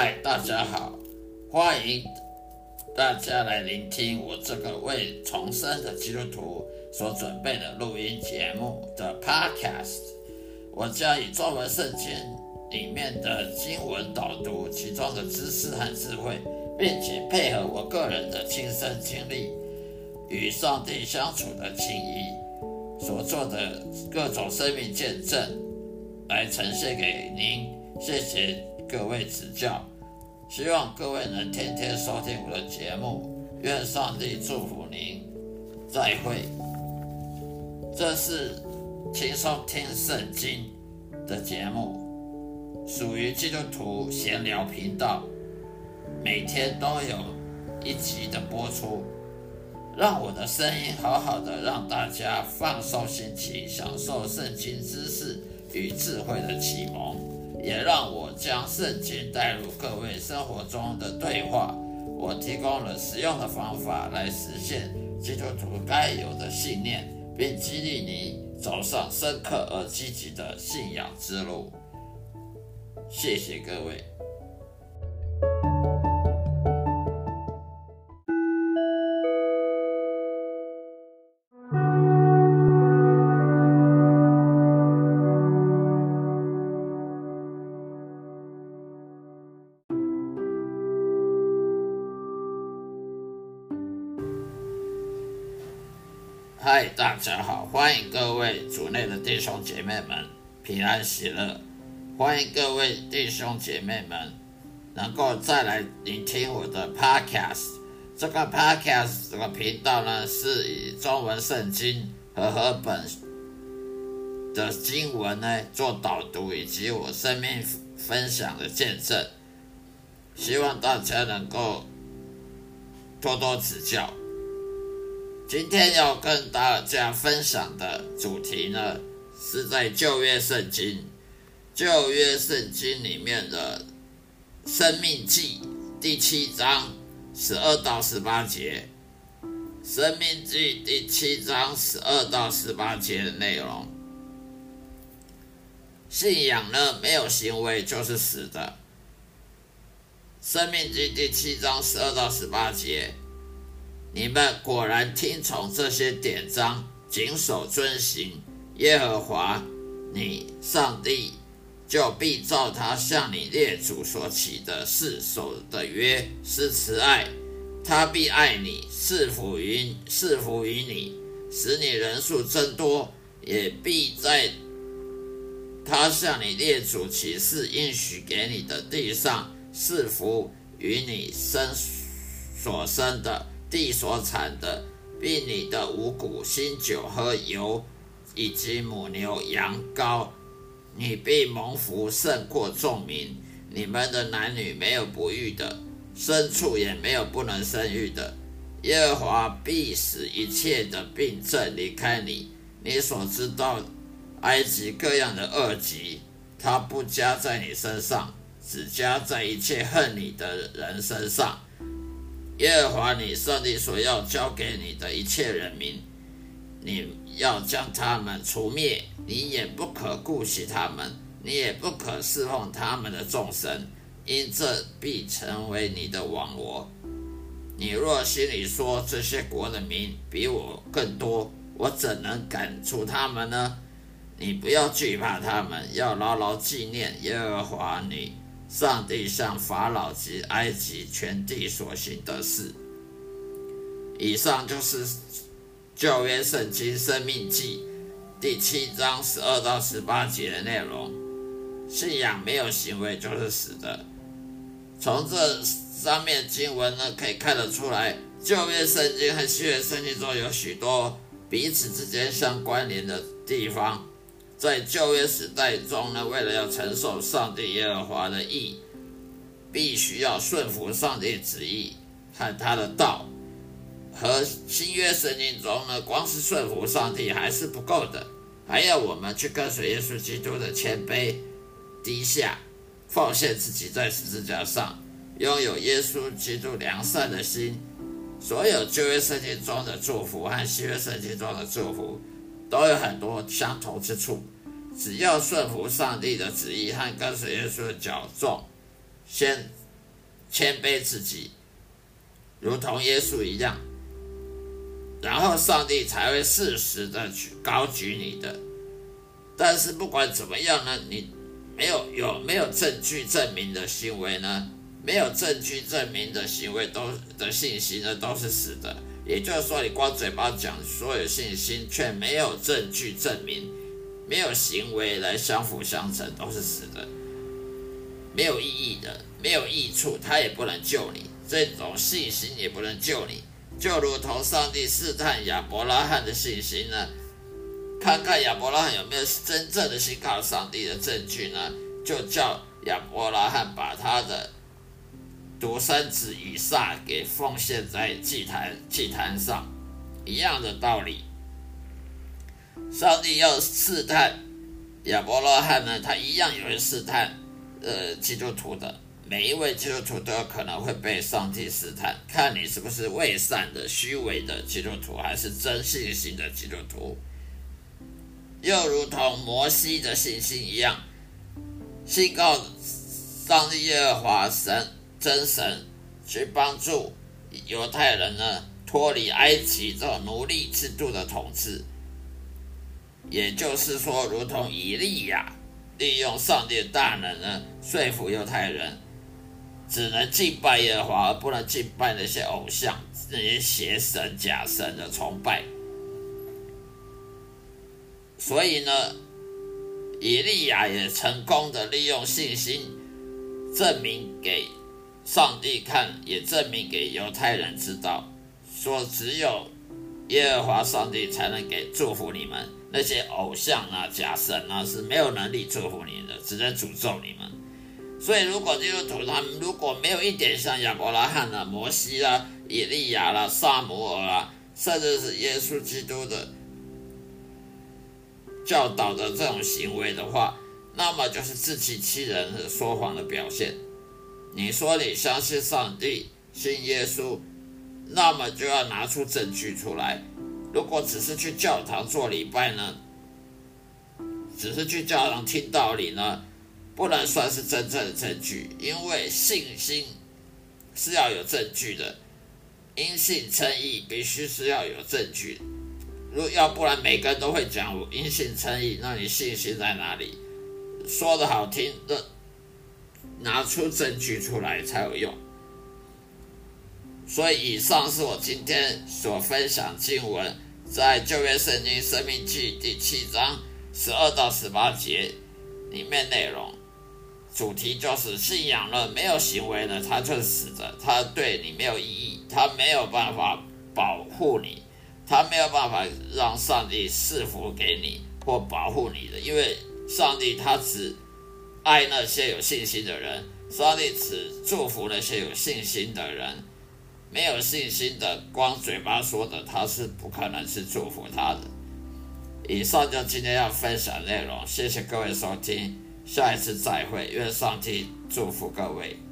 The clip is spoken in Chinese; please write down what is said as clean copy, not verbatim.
嗨，大家好，欢迎大家来聆听我这个为重生的基督徒所准备的录音节目的 Podcast。我将以中文圣经里面的经文导读其中的知识和智慧，并且配合我个人的亲身经历与上帝相处的情谊所做的各种生命见证来呈现给您。谢谢各位指教，希望各位能天天收听我的节目，愿上帝祝福您，再会。这是轻松听圣经的节目，属于基督徒闲聊频道，每天都有一集的播出，让我的声音好好的让大家放松心情，享受圣经知识与智慧的启蒙，也让我将圣经带入各位生活中的对话。我提供了实用的方法来实现基督徒该有的信念，并激励你走上深刻而积极的信仰之路。谢谢各位。嗨，大家好，欢迎各位主内的弟兄姐妹们平安喜乐。欢迎各位弟兄姐妹们能够再来聆听我的 Podcast。 这个 Podcast 这个频道呢，是以中文圣经和本的经文呢做导读，以及我生命分享的见证，希望大家能够多多指教。今天要跟大家分享的主题呢，是在旧约圣经里面的申命记第7章12到18节。申命记第7章12到18节的内容。信仰呢，没有行为就是死的。申命记第7章12到18节，你们果然听从这些典章，谨守遵行，耶和华你上帝就必照他向你列祖所起的誓守的约施慈爱，他必爱你，赐福于你，使你人数增多，也必在他向你列祖起誓应许给你的地上赐福于你所生的地所产的，并你的五谷、新酒和油，以及母牛、羊羔，你必蒙福胜过众民。你们的男女没有不育的，牲畜也没有不能生育的。耶和华必使一切的病症离开你，你所知道埃及各样的恶疾，他不加在你身上，只加在一切恨你的人身上。耶和华你上帝所要交给你的一切人民，你要将他们除灭，你也不可顾惜他们，你也不可侍奉他们的众神，因这必成为你的网罗。你若心里说，这些国的民比我更多，我怎能赶出他们呢？你不要惧怕他们，要牢牢纪念耶和华你上帝向法老及埃及全地所行的事。以上就是旧约圣经申命记第7章12到18节的内容。信仰没有行为就是死的。从这上面经文呢，可以看得出来，旧约圣经和新约圣经中有许多彼此之间相关联的地方。在旧约时代中呢，为了要承受上帝耶和华的义，必须要顺服上帝旨意和他的道。和新约圣经中呢，光是顺服上帝还是不够的，还要我们去跟随耶稣基督的谦卑低下，奉献自己在十字架上，拥有耶稣基督良善的心。所有旧约圣经中的祝福和新约圣经中的祝福都有很多相同之处，只要顺服上帝的旨意和跟随耶稣的脚重，先谦卑自己，如同耶稣一样，然后上帝才会适时的去高举你的。但是不管怎么样呢，你有没有证据证明的行为呢？没有证据证明的行为的信心呢，都是死的。也就是说，你光嘴巴讲所有信心，却没有证据证明，没有行为来相辅相成，都是死的，没有意义的，没有益处，它也不能救你，这种信心也不能救你。就如同上帝试探亚伯拉罕的信心呢，看看亚伯拉罕有没有真正的信靠上帝的证据呢，就叫亚伯拉罕把他的独生子以撒给奉献在祭坛上，一样的道理。上帝要试探亚伯拉罕呢，他一样也会试探基督徒的。每一位基督徒都有可能会被上帝试探，看你是不是伪善的、虚伪的基督徒，还是真信心的基督徒。又如同摩西的信心一样，信靠上帝耶和华真神，去帮助犹太人呢脱离埃及这种奴隶制度的统治。也就是说，如同以利亚利用上帝的大能呢，说服犹太人只能敬拜耶和华，而不能敬拜那些偶像、那些邪神、假神的崇拜。所以呢，以利亚也成功的利用信心证明给上帝看，也证明给犹太人知道，说只有耶和华上帝才能给祝福你们，那些偶像啊、假神啊是没有能力祝福你的，只能诅咒你们。所以如果基督徒他们如果没有一点像亚伯拉罕啊、摩西啊、以利亚啦、撒母耳啊，甚至是耶稣基督的教导的这种行为的话，那么就是自欺欺人和说谎的表现。你说你相信上帝、信耶稣，那么就要拿出证据出来。如果只是去教堂做礼拜呢，只是去教堂听道理呢，不能算是真正的证据，因为信心是要有证据的，因信称义必须是要有证据，要不然每个人都会讲我因信称义，那你信心在哪里？说的好听的，拿出证据出来才有用。所以以上是我今天所分享经文，在旧约圣经申命记第7章12到18节里面内容，主题就是信仰了没有行为呢，它就是死的，它对你没有意义，它没有办法保护你，它没有办法让上帝赐福给你或保护你的，因为上帝他只爱那些有信心的人，上帝只祝福那些有信心的人，没有信心的光嘴巴说的，他是不可能是祝福他的。以上就今天要分享的内容，谢谢各位收听，下一次再会，愿上帝祝福各位。